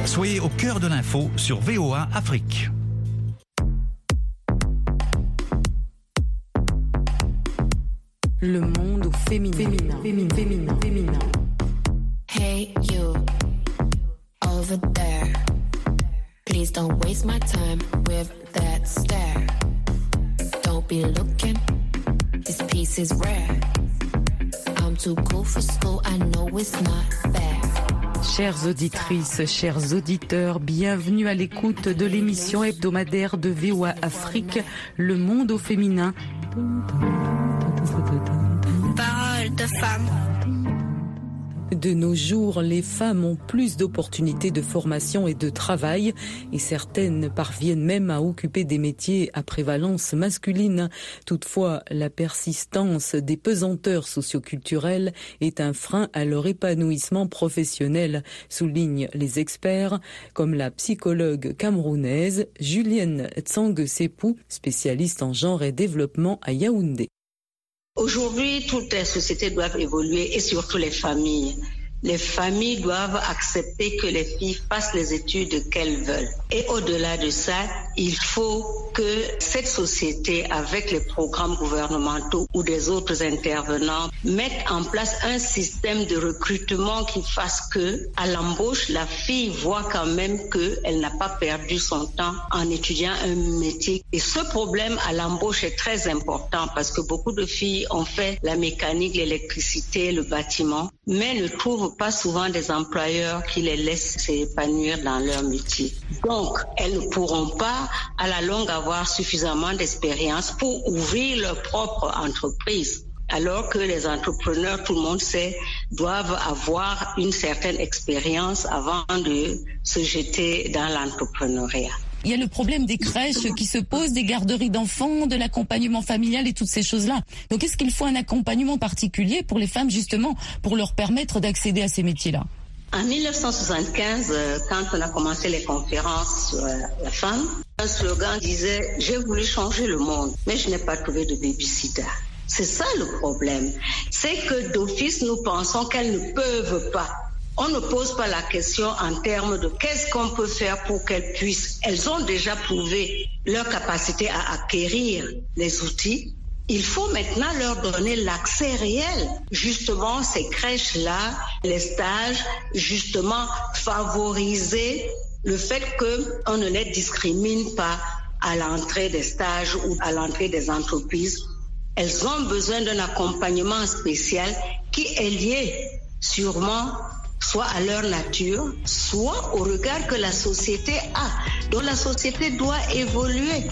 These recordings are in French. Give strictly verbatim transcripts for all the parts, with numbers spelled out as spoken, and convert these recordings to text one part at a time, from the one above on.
Soyez au cœur de l'info sur V O A Afrique. Le monde au féminin. Féminin. Féminin. Féminin. Féminin. Hey you, over there. Please don't waste my time with that stare. Don't be looking, this piece is rare. I'm too cool for school, I know it's not fair. Chères auditrices, chers auditeurs, bienvenue à l'écoute de l'émission hebdomadaire de V O A Afrique, Le monde au féminin. Parole de femme. De nos jours, les femmes ont plus d'opportunités de formation et de travail et certaines parviennent même à occuper des métiers à prévalence masculine. Toutefois, la persistance des pesanteurs socioculturelles est un frein à leur épanouissement professionnel, soulignent les experts, comme la psychologue camerounaise Julienne Tsang-Sepou, spécialiste en genre et développement à Yaoundé. Aujourd'hui, toutes les sociétés doivent évoluer et surtout les familles. Les familles doivent accepter que les filles fassent les études qu'elles veulent. Et au-delà de ça, il faut que cette société, avec les programmes gouvernementaux ou des autres intervenants, mette en place un système de recrutement qui fasse que, à l'embauche, la fille voit quand même qu'elle n'a pas perdu son temps en étudiant un métier. Et ce problème à l'embauche est très important parce que beaucoup de filles ont fait la mécanique, l'électricité, le bâtiment, mais ne trouvent pas souvent des employeurs qui les laissent s'épanouir dans leur métier. Donc, elles ne pourront pas à la longue avoir suffisamment d'expérience pour ouvrir leur propre entreprise. Alors que les entrepreneurs, tout le monde sait, doivent avoir une certaine expérience avant de se jeter dans l'entrepreneuriat. Il y a le problème des crèches qui se posent, des garderies d'enfants, de l'accompagnement familial et toutes ces choses-là. Donc est-ce qu'il faut un accompagnement particulier pour les femmes justement pour leur permettre d'accéder à ces métiers-là ? En dix-neuf cent soixante-quinze, quand on a commencé les conférences sur la femme, un slogan disait « J'ai voulu changer le monde, mais je n'ai pas trouvé de babysitter ». C'est ça le problème. C'est que d'office, nous pensons qu'elles ne peuvent pas. On ne pose pas la question en termes de qu'est-ce qu'on peut faire pour qu'elles puissent. Elles ont déjà prouvé leur capacité à acquérir les outils. Il faut maintenant leur donner l'accès réel. Justement, ces crèches-là, les stages, justement, favoriser le fait qu'on ne les discrimine pas à l'entrée des stages ou à l'entrée des entreprises. Elles ont besoin d'un accompagnement spécial qui est lié sûrement soit à leur nature, soit au regard que la société a. Donc la société doit évoluer.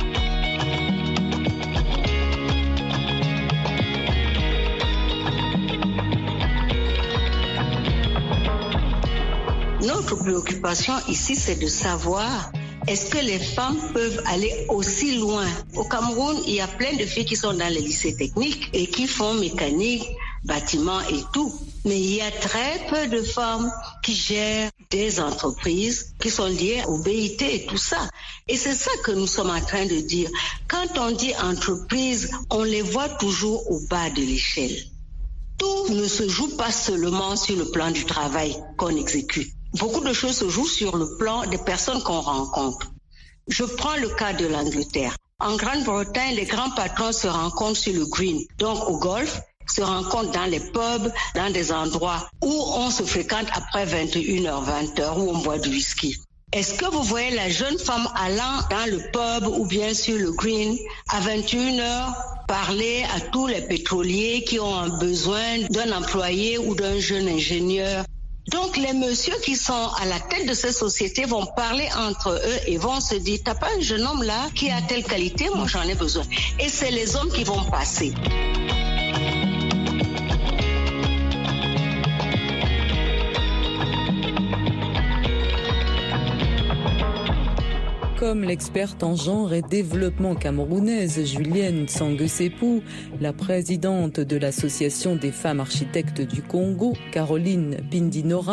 Notre préoccupation ici, c'est de savoir est-ce que les femmes peuvent aller aussi loin. Au Cameroun, il y a plein de filles qui sont dans les lycées techniques et qui font mécanique, bâtiment et tout. Mais il y a très peu de femmes qui gèrent des entreprises qui sont liées au B I T et tout ça. Et c'est ça que nous sommes en train de dire. Quand on dit entreprise, on les voit toujours au bas de l'échelle. Tout ne se joue pas seulement sur le plan du travail qu'on exécute. Beaucoup de choses se jouent sur le plan des personnes qu'on rencontre. Je prends le cas de l'Angleterre. En Grande-Bretagne, les grands patrons se rencontrent sur le green, donc au golf, se rencontrent dans les pubs, dans des endroits où on se fréquente après vingt et une heures, vingt heures, où on boit du whisky. Est-ce que vous voyez la jeune femme allant dans le pub ou bien sur le green à vingt et une heures parler à tous les pétroliers qui ont un besoin d'un employé ou d'un jeune ingénieur? Donc les messieurs qui sont à la tête de ces sociétés vont parler entre eux et vont se dire « T'as pas un jeune homme là qui a telle qualité, moi j'en ai besoin ». Et c'est les hommes qui vont passer. Comme l'experte en genre et développement camerounaise Julienne Tsang-Sepou, la présidente de l'Association des femmes architectes du Congo, Caroline Pindinora,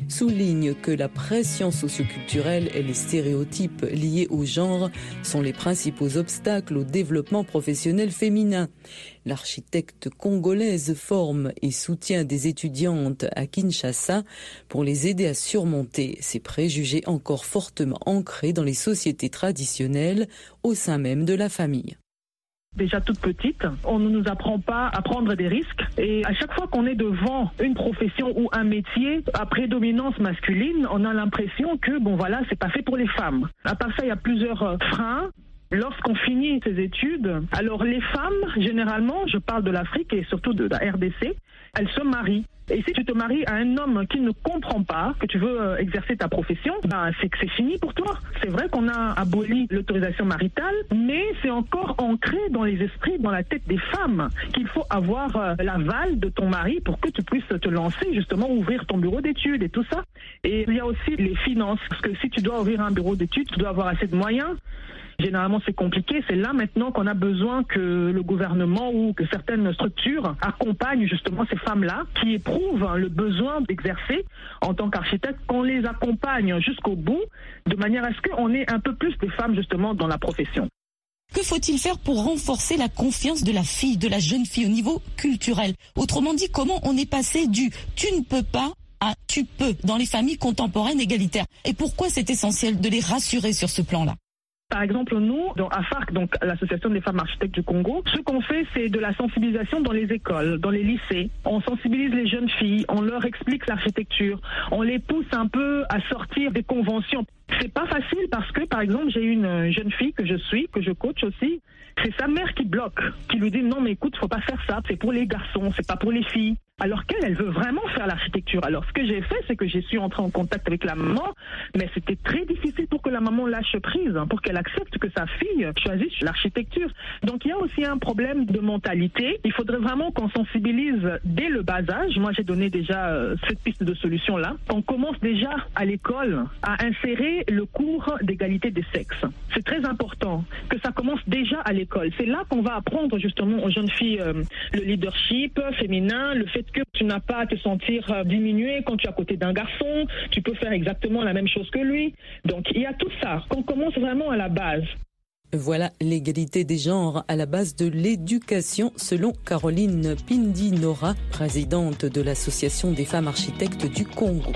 souligne que la pression socioculturelle et les stéréotypes liés au genre sont les principaux obstacles au développement professionnel féminin. L'architecte congolaise forme et soutient des étudiantes à Kinshasa pour les aider à surmonter ces préjugés encore fortement ancrés dans les sociétés traditionnelles au sein même de la famille. Déjà toute petite, on ne nous apprend pas à prendre des risques et à chaque fois qu'on est devant une profession ou un métier à prédominance masculine, on a l'impression que bon voilà, c'est pas fait pour les femmes. À part ça, il y a plusieurs freins. Lorsqu'on finit ses études, alors les femmes, généralement, je parle de l'Afrique et surtout de la R D C, elles se marient. Et si tu te maries à un homme qui ne comprend pas que tu veux euh, exercer ta profession, ben c'est que c'est fini pour toi. C'est vrai qu'on a aboli l'autorisation maritale, mais c'est encore ancré dans les esprits, dans la tête des femmes, qu'il faut avoir euh, l'aval de ton mari pour que tu puisses te lancer, justement, ouvrir ton bureau d'études et tout ça. Et il y a aussi les finances, parce que si tu dois ouvrir un bureau d'études, tu dois avoir assez de moyens. Généralement, c'est compliqué. C'est là maintenant qu'on a besoin que le gouvernement ou que certaines structures accompagnent justement ces femmes-là qui éprouvent le besoin d'exercer en tant qu'architecte, qu'on les accompagne jusqu'au bout de manière à ce qu'on ait un peu plus de femmes justement dans la profession. Que faut-il faire pour renforcer la confiance de la fille, de la jeune fille au niveau culturel? Autrement dit, comment on est passé du « tu ne peux pas » à « tu peux » dans les familles contemporaines égalitaires? Et pourquoi c'est essentiel de les rassurer sur ce plan-là? Par exemple, nous, dans A F A R C, donc l'Association des femmes architectes du Congo, ce qu'on fait, c'est de la sensibilisation dans les écoles, dans les lycées. On sensibilise les jeunes filles, on leur explique l'architecture, on les pousse un peu à sortir des conventions. C'est pas facile parce que, par exemple, j'ai une jeune fille que je suis, que je coach aussi, c'est sa mère qui bloque, qui lui dit non mais écoute, faut pas faire ça, c'est pour les garçons, c'est pas pour les filles. Alors qu'elle, elle veut vraiment faire l'architecture. Alors ce que j'ai fait, c'est que je suis entrée en contact avec la maman, mais c'était très difficile pour que la maman lâche prise, hein, pour qu'elle accepte que sa fille choisisse l'architecture. Donc il y a aussi un problème de mentalité. Il faudrait vraiment qu'on sensibilise dès le bas âge. Moi j'ai donné déjà euh, cette piste de solution-là. On commence déjà à l'école à insérer le cours d'égalité des sexes. C'est très important que ça commence déjà à l'école. C'est là qu'on va apprendre justement aux jeunes filles euh, le leadership féminin, le fait que tu n'as pas à te sentir euh, diminué quand tu es à côté d'un garçon, tu peux faire exactement la même chose que lui. Donc il y a tout ça, qu'on commence vraiment à la base. Voilà l'égalité des genres à la base de l'éducation, selon Caroline Pindi-Nora, présidente de l'Association des femmes architectes du Congo.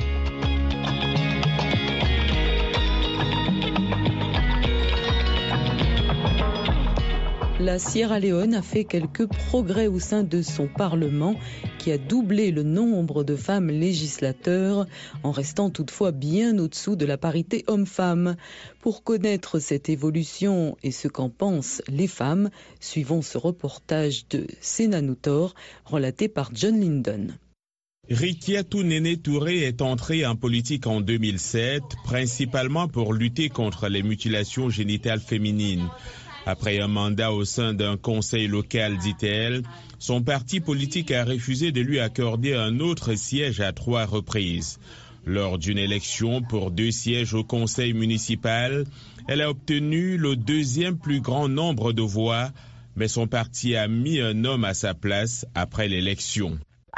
La Sierra Leone a fait quelques progrès au sein de son Parlement, qui a doublé le nombre de femmes législateurs, en restant toutefois bien au-dessous de la parité homme-femme. Pour connaître cette évolution et ce qu'en pensent les femmes, suivons ce reportage de Sénanoutor, relaté par John Lyndon. Rikiatou Néné Touré est entrée en politique en deux mille sept, principalement pour lutter contre les mutilations génitales féminines. Après un mandat au sein d'un conseil local, dit-elle, son parti politique a refusé de lui accorder un autre siège à trois reprises. Lors d'une élection pour deux sièges au conseil municipal, elle a obtenu le deuxième plus grand nombre de voix, mais son parti a mis un homme à sa place après l'élection.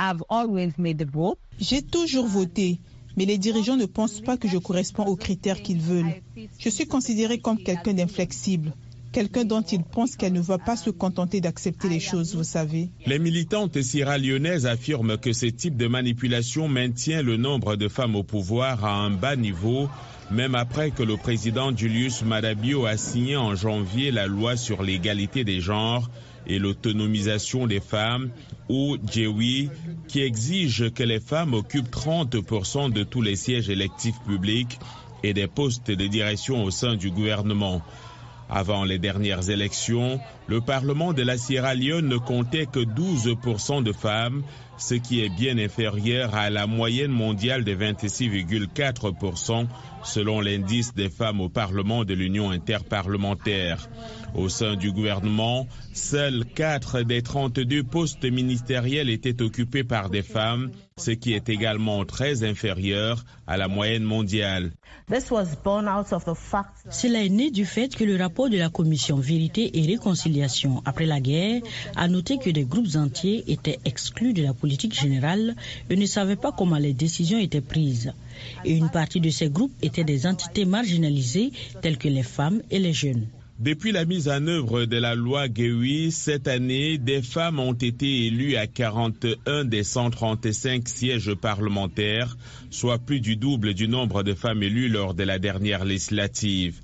J'ai toujours voté, mais les dirigeants ne pensent pas que je corresponds aux critères qu'ils veulent. Je suis considérée comme quelqu'un d'inflexible. Quelqu'un dont il pense qu'elle ne va pas se contenter d'accepter les choses, vous savez. Les militantes sierra-léonaises affirment que ce type de manipulation maintient le nombre de femmes au pouvoir à un bas niveau, même après que le président Julius Maada Bio a signé en janvier la loi sur l'égalité des genres et l'autonomisation des femmes, ou J E W I, qui exige que les femmes occupent trente pour cent de tous les sièges électifs publics et des postes de direction au sein du gouvernement. Avant les dernières élections, le Parlement de la Sierra Leone ne comptait que douze pour cent de femmes, ce qui est bien inférieur à la moyenne mondiale de vingt-six virgule quatre pour cent selon l'indice des femmes au Parlement de l'Union interparlementaire. Au sein du gouvernement, seuls quatre des trente-deux postes ministériels étaient occupés par des femmes, ce qui est également très inférieur à la moyenne mondiale. Cela est né du fait que le rapport de la commission Vérité et Réconciliation après la guerre a noté que des groupes entiers étaient exclus de la politique politique générale et ne savaient pas comment les décisions étaient prises. Et une partie de ces groupes étaient des entités marginalisées telles que les femmes et les jeunes. Depuis la mise en œuvre de la loi Guéoui, cette année, des femmes ont été élues à quarante et un des cent trente-cinq sièges parlementaires, soit plus du double du nombre de femmes élues lors de la dernière législative.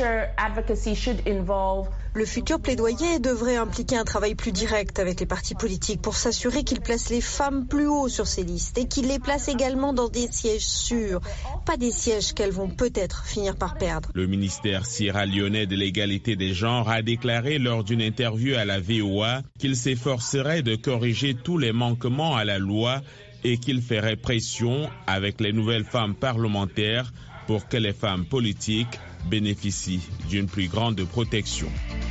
Le futur plaidoyer devrait impliquer un travail plus direct avec les partis politiques pour s'assurer qu'ils placent les femmes plus haut sur ces listes et qu'ils les placent également dans des sièges sûrs, pas des sièges qu'elles vont peut-être finir par perdre. Le ministère sierra-léonais de l'égalité des genres a déclaré lors d'une interview à la V O A qu'il s'efforcerait de corriger tous les manquements à la loi et qu'il ferait pression avec les nouvelles femmes parlementaires pour que les femmes politiques bénéficient d'une plus grande protection.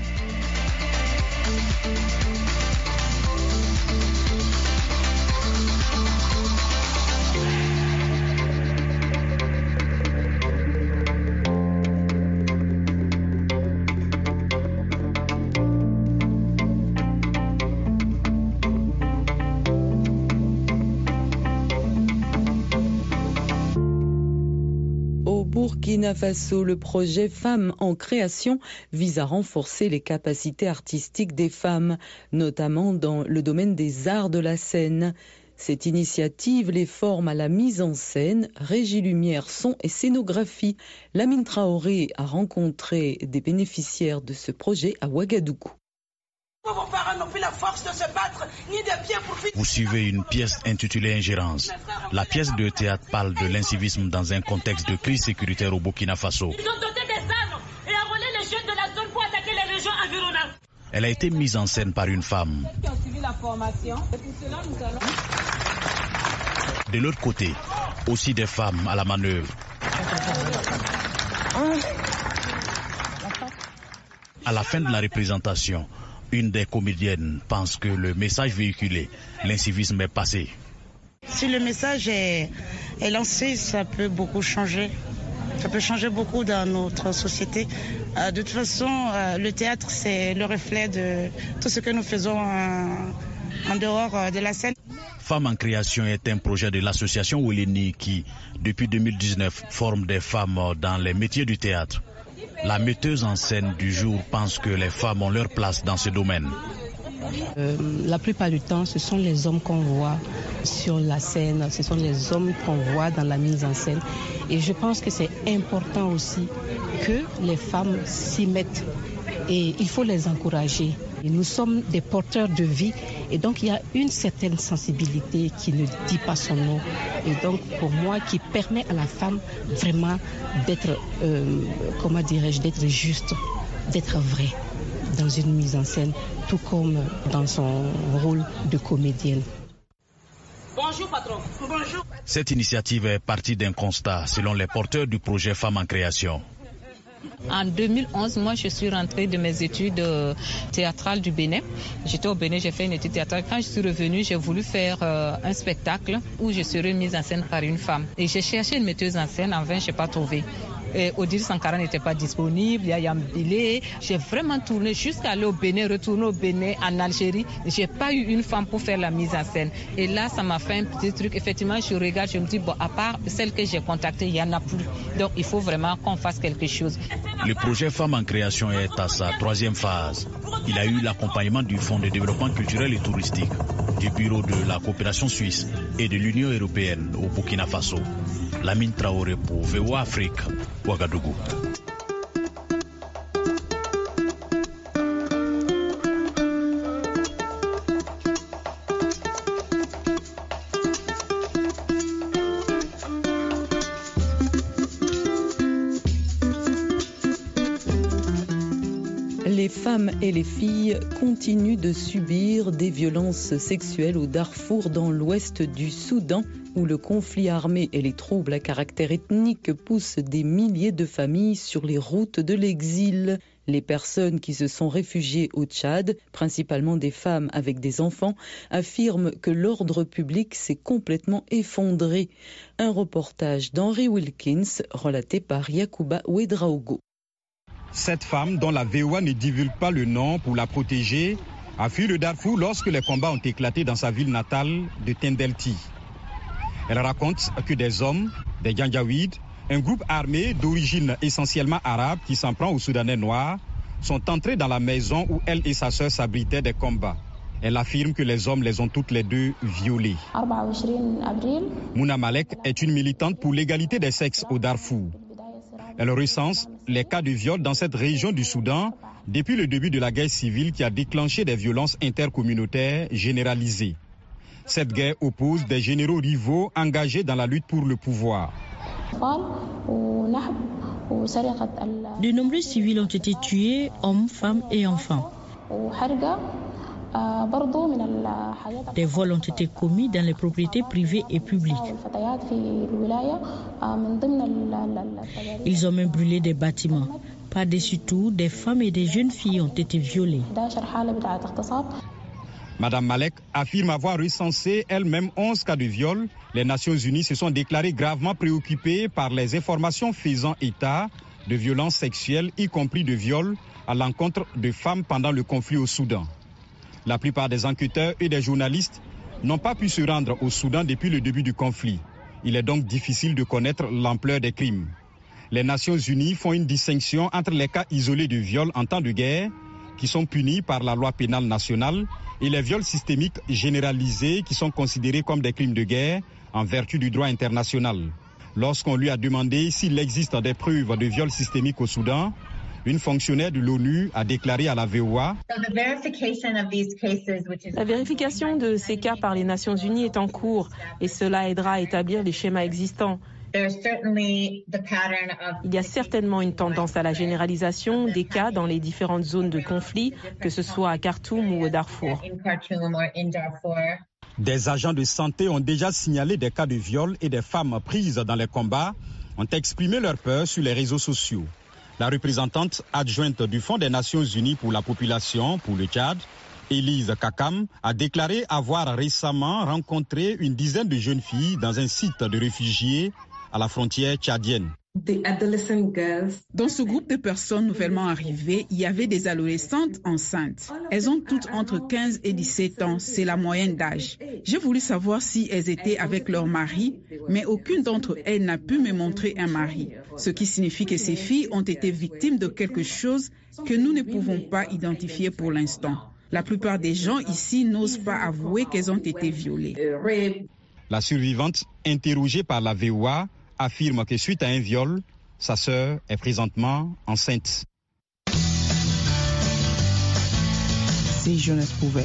Burkina Faso, le projet Femmes en création vise à renforcer les capacités artistiques des femmes, notamment dans le domaine des arts de la scène. Cette initiative les forme à la mise en scène, régie lumière, son et scénographie. Lamine Traoré a rencontré des bénéficiaires de ce projet à Ouagadougou. Vous suivez une pièce intitulée Ingérence. La pièce de théâtre parle de l'incivisme dans un contexte de crise sécuritaire au Burkina Faso. Ils ont doté des armes et enrôlé les jeunes de la zone pour attaquer les régions environnantes. Elle a été mise en scène par une femme. De l'autre côté, aussi des femmes à la manœuvre. À la fin de la représentation, une des comédiennes pense que le message véhiculé, l'incivisme est passé. Si le message est, est lancé, ça peut beaucoup changer. Ça peut changer beaucoup dans notre société. Euh, de toute façon, euh, le théâtre, c'est le reflet de tout ce que nous faisons en, en dehors euh, de la scène. Femmes en création est un projet de l'association Weleni qui, depuis deux mille dix-neuf, forme des femmes dans les métiers du théâtre. La metteuse en scène du jour pense que les femmes ont leur place dans ce domaine. Euh, la plupart du temps, ce sont les hommes qu'on voit sur la scène, ce sont les hommes qu'on voit dans la mise en scène. Et je pense que c'est important aussi que les femmes s'y mettent et il faut les encourager. Et nous sommes des porteurs de vie et donc il y a une certaine sensibilité qui ne dit pas son nom et donc pour moi qui permet à la femme vraiment d'être, euh, comment dirais-je, d'être juste, d'être vraie dans une mise en scène, tout comme dans son rôle de comédienne. Bonjour patron. Bonjour. Cette initiative est partie d'un constat selon les porteurs du projet Femmes en création. En deux mille onze, moi, je suis rentrée de mes études euh, théâtrales du Bénin. J'étais au Bénin, j'ai fait une étude théâtrale. Quand je suis revenue, j'ai voulu faire euh, un spectacle où je serais mise en scène par une femme. Et j'ai cherché une metteuse en scène, en vain, je n'ai pas trouvé. Et Odile Sankara n'était pas disponible, il y a Yambile. J'ai vraiment tourné jusqu'à aller au Bénin, retourner au Bénin, en Algérie. Je n'ai pas eu une femme pour faire la mise en scène. Et là, ça m'a fait un petit truc. Effectivement, je regarde, je me dis, bon, à part celle que j'ai contactée, il n'y en a plus. Donc, il faut vraiment qu'on fasse quelque chose. Le projet Femmes en création est à sa troisième phase. Il a eu l'accompagnement du Fonds de développement culturel et touristique, du Bureau de la coopération suisse et de l'Union européenne au Burkina Faso. Lamine Traoré pour V O A Afrique, Ouagadougou. Les femmes et les filles continuent de subir des violences sexuelles au Darfour dans l'ouest du Soudan, où le conflit armé et les troubles à caractère ethnique poussent des milliers de familles sur les routes de l'exil. Les personnes qui se sont réfugiées au Tchad, principalement des femmes avec des enfants, affirment que l'ordre public s'est complètement effondré. Un reportage d'Henry Wilkins relaté par Yacouba Ouedraogo. Cette femme, dont la V O A ne divulgue pas le nom pour la protéger, a fui le Darfour lorsque les combats ont éclaté dans sa ville natale de Tendelti. Elle raconte que des hommes, des Janjaouides, un groupe armé d'origine essentiellement arabe qui s'en prend aux Soudanais noirs, sont entrés dans la maison où elle et sa sœur s'abritaient des combats. Elle affirme que les hommes les ont toutes les deux violées. Mouna Malek est une militante pour l'égalité des sexes au Darfour. Elle recense les cas de viol dans cette région du Soudan depuis le début de la guerre civile qui a déclenché des violences intercommunautaires généralisées. Cette guerre oppose des généraux rivaux engagés dans la lutte pour le pouvoir. De nombreux civils ont été tués, hommes, femmes et enfants. Des vols ont été commis dans les propriétés privées et publiques. Ils ont même brûlé des bâtiments. Par-dessus tout, des femmes et des jeunes filles ont été violées. Madame Malek affirme avoir recensé elle-même onze cas de viol. Les Nations Unies se sont déclarées gravement préoccupées par les informations faisant état de violences sexuelles, y compris de viols à l'encontre de femmes pendant le conflit au Soudan. La plupart des enquêteurs et des journalistes n'ont pas pu se rendre au Soudan depuis le début du conflit. Il est donc difficile de connaître l'ampleur des crimes. Les Nations Unies font une distinction entre les cas isolés de viol en temps de guerre, qui sont punis par la loi pénale nationale, et les viols systémiques généralisés qui sont considérés comme des crimes de guerre en vertu du droit international. Lorsqu'on lui a demandé s'il existe des preuves de viols systémiques au Soudan, une fonctionnaire de l'ONU a déclaré à la V O A: La vérification de ces cas par les Nations Unies est en cours et cela aidera à établir les schémas existants. Il y a certainement une tendance à la généralisation des cas dans les différentes zones de conflit, que ce soit à Khartoum ou au Darfour. Des agents de santé ont déjà signalé des cas de viol et des femmes prises dans les combats ont exprimé leur peur sur les réseaux sociaux. La représentante adjointe du Fonds des Nations Unies pour la population pour le Tchad, Elise Kakam, a déclaré avoir récemment rencontré une dizaine de jeunes filles dans un site de réfugiés à la frontière tchadienne. Dans ce groupe de personnes nouvellement arrivées, il y avait des adolescentes enceintes. Elles ont toutes entre quinze et dix-sept ans, c'est la moyenne d'âge. J'ai voulu savoir si elles étaient avec leur mari, mais aucune d'entre elles n'a pu me montrer un mari. Ce qui signifie que ces filles ont été victimes de quelque chose que nous ne pouvons pas identifier pour l'instant. La plupart des gens ici n'osent pas avouer qu'elles ont été violées. La survivante, interrogée par la V O A, affirme que suite à un viol, sa sœur est présentement enceinte. Si jeunesse pouvait.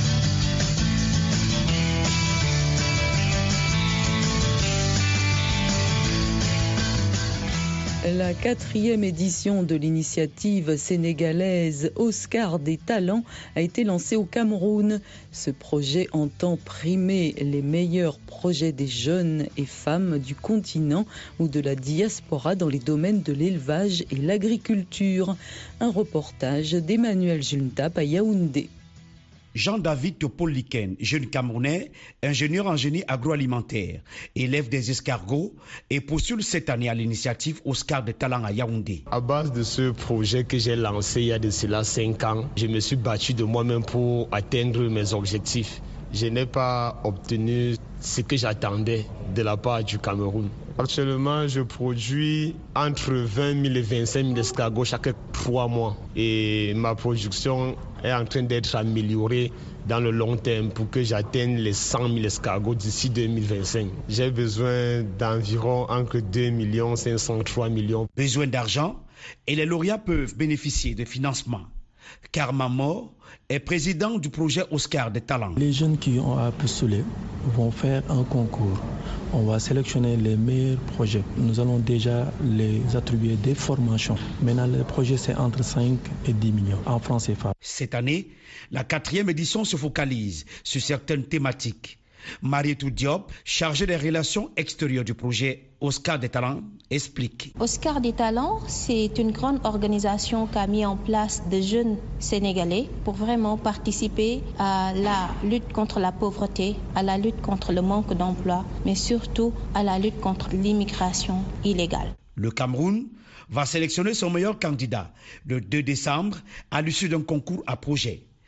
La quatrième édition de l'initiative sénégalaise Oscar des talents a été lancée au Cameroun. Ce projet entend primer les meilleurs projets des jeunes et femmes du continent ou de la diaspora dans les domaines de l'élevage et l'agriculture. Un reportage d'Emmanuel Juntap à Yaoundé. Jean-David Topol-Liken, jeune Camerounais, ingénieur en génie agroalimentaire, élève des escargots et postule cette année à l'initiative Oscar des talents à Yaoundé. À base de ce projet que j'ai lancé il y a de cela cinq ans, je me suis battu de moi-même pour atteindre mes objectifs. Je n'ai pas obtenu ce que j'attendais de la part du Cameroun. Actuellement, je produis entre vingt mille et vingt-cinq mille escargots chaque trois mois. Et ma production est en train d'être améliorée dans le long terme pour que j'atteigne les cent mille escargots d'ici deux mille vingt-cinq. J'ai besoin d'environ entre deux millions cinq cents et trois millions. Besoin d'argent et les lauréats peuvent bénéficier de financement. Karma Mor est président du projet Oscar des talents. Les jeunes qui ont à postuler vont faire un concours. On va sélectionner les meilleurs projets. Nous allons déjà les attribuer des formations. Maintenant, le projet, c'est entre cinq et dix millions en francs C F A. Cette année, la quatrième édition se focalise sur certaines thématiques. Marietou Diop, chargée des relations extérieures du projet Oscar des talents, explique. Oscar des talents, c'est une grande organisation qui a mis en place des jeunes Sénégalais pour vraiment participer à la lutte contre la pauvreté, à la lutte contre le manque d'emploi, mais surtout à la lutte contre l'immigration illégale. Le Cameroun va sélectionner son meilleur candidat le deux décembre à l'issue d'un concours à projet.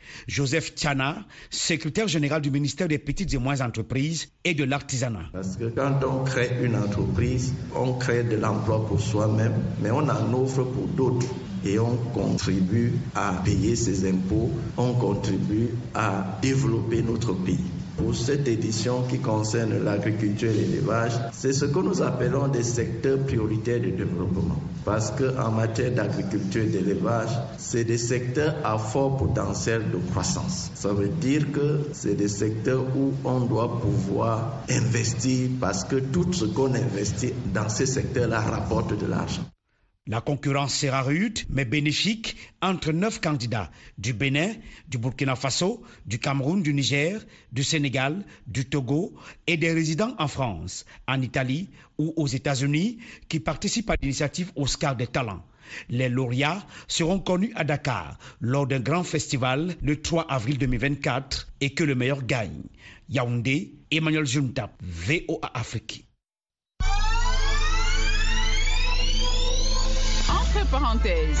Joseph Tiana, secrétaire général du ministère des Petites et Moyennes Entreprises et de l'Artisanat. Parce que quand on crée une entreprise, on crée de l'emploi pour soi-même, mais on en offre pour d'autres. Et on contribue à payer ses impôts, on contribue à développer notre pays. Pour cette édition qui concerne l'agriculture et l'élevage, c'est ce que nous appelons des secteurs prioritaires de développement. Parce qu'en matière d'agriculture et d'élevage, c'est des secteurs à fort potentiel de croissance. Ça veut dire que c'est des secteurs où on doit pouvoir investir parce que tout ce qu'on investit dans ces secteurs-là rapporte de l'argent. La concurrence sera rude, mais bénéfique, entre neuf candidats du Bénin, du Burkina Faso, du Cameroun, du Niger, du Sénégal, du Togo et des résidents en France, en Italie ou aux États-Unis qui participent à l'initiative Oscar des talents. Les lauréats seront connus à Dakar lors d'un grand festival le trois avril deux mille vingt-quatre et que le meilleur gagne. Yaoundé, Emmanuel Juntap, V O A Afrique. Parenthèse.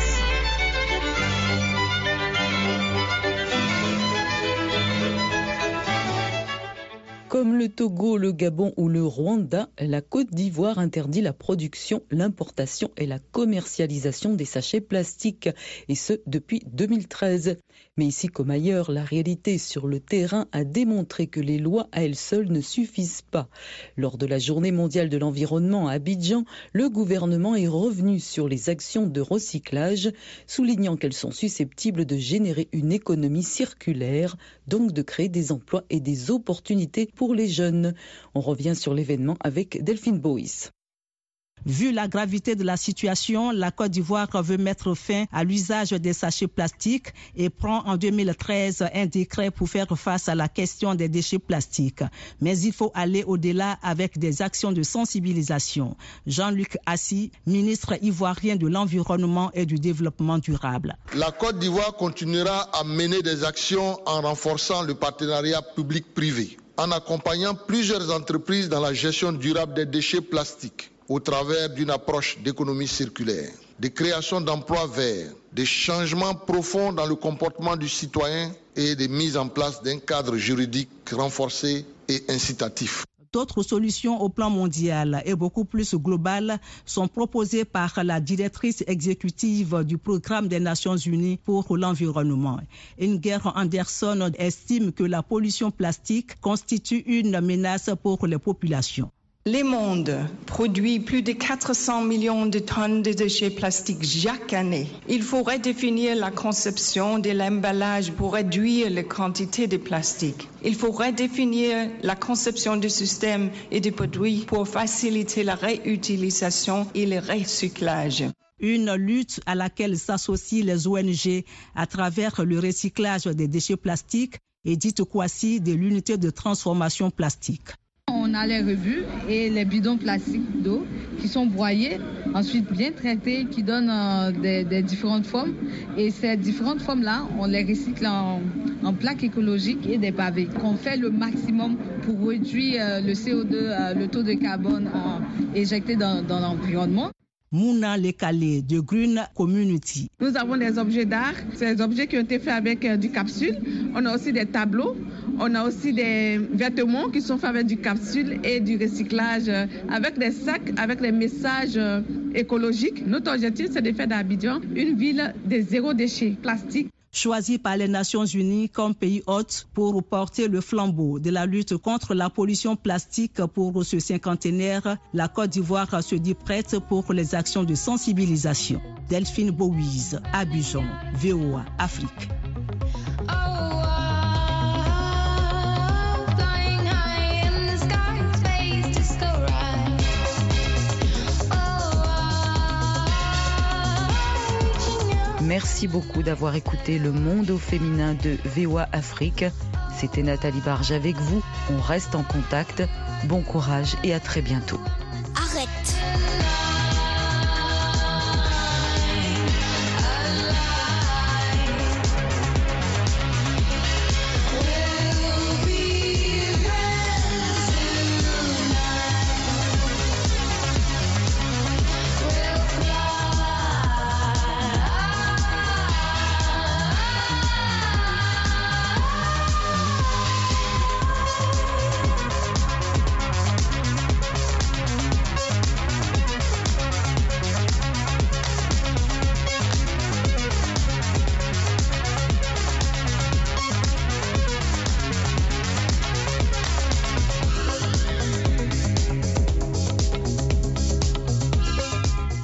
Comme le Togo, le Gabon ou le Rwanda, la Côte d'Ivoire interdit la production, l'importation et la commercialisation des sachets plastiques, et ce depuis deux mille treize. Mais ici comme ailleurs, la réalité sur le terrain a démontré que les lois à elles seules ne suffisent pas. Lors de la Journée mondiale de l'environnement à Abidjan, le gouvernement est revenu sur les actions de recyclage, soulignant qu'elles sont susceptibles de générer une économie circulaire, donc de créer des emplois et des opportunités pour les jeunes. On revient sur l'événement avec Delphine Bois. Vu la gravité de la situation, la Côte d'Ivoire veut mettre fin à l'usage des sachets plastiques et prend en deux mille treize un décret pour faire face à la question des déchets plastiques. Mais il faut aller au-delà avec des actions de sensibilisation. Jean-Luc Assis, ministre ivoirien de l'Environnement et du Développement durable. La Côte d'Ivoire continuera à mener des actions en renforçant le partenariat public-privé, en accompagnant plusieurs entreprises dans la gestion durable des déchets plastiques, au travers d'une approche d'économie circulaire, de création d'emplois verts, des changements profonds dans le comportement du citoyen et de mise en place d'un cadre juridique renforcé et incitatif. D'autres solutions au plan mondial et beaucoup plus globales sont proposées par la directrice exécutive du Programme des Nations Unies pour l'environnement. Inger Anderson estime que la pollution plastique constitue une menace pour les populations. Le monde produit plus de quatre cents millions de tonnes de déchets plastiques chaque année. Il faut redéfinir la conception de l'emballage pour réduire la quantité de plastique. Il faut redéfinir la conception du système et des produits pour faciliter la réutilisation et le recyclage. Une lutte à laquelle s'associent les O N G à travers le recyclage des déchets plastiques, Edith Kouassi de l'unité de transformation plastique. On a les rebuts et les bidons plastiques d'eau qui sont broyés, ensuite bien traités, qui donnent euh, des, des différentes formes. Et ces différentes formes-là, on les recycle en, en plaques écologiques et des pavés. On fait le maximum pour réduire euh, le C O deux, euh, le taux de carbone euh, éjecté dans, dans l'environnement. Mouna Lekale de Green Community. Nous avons des objets d'art, ces objets qui ont été faits avec euh, du capsule. On a aussi des tableaux, on a aussi des vêtements qui sont faits avec du capsule et du recyclage, euh, avec des sacs, avec des messages euh, écologiques. Notre objectif, c'est de faire d'Abidjan une ville de zéro déchet plastique. Choisi par les Nations Unies comme pays hôte pour porter le flambeau de la lutte contre la pollution plastique pour ce cinquantenaire, la Côte d'Ivoire se dit prête pour les actions de sensibilisation. Delphine Boise, Abidjan, V O A Afrique. Merci beaucoup d'avoir écouté Le Monde au féminin de V O A Afrique. C'était Nathalie Barge avec vous. On reste en contact. Bon courage et à très bientôt.